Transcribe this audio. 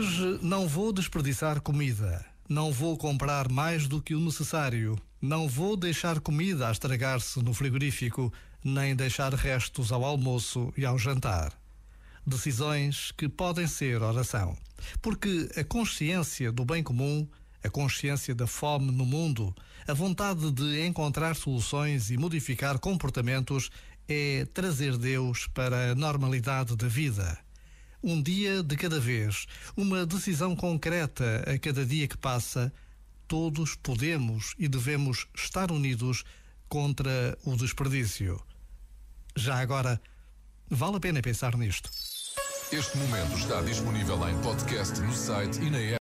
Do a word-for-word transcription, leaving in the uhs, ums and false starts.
Hoje não vou desperdiçar comida. Não vou comprar mais do que o necessário. Não vou deixar comida a estragar-se no frigorífico, nem deixar restos ao almoço e ao jantar. Decisões que podem ser oração. Porque a consciência do bem comum, a consciência da fome no mundo, a vontade de encontrar soluções e modificar comportamentos é trazer Deus para a normalidade da vida. Um dia de cada vez, uma decisão concreta a cada dia que passa, todos podemos e devemos estar unidos contra o desperdício. Já agora, vale a pena pensar nisto. Este momento está disponível em podcast no site e na app.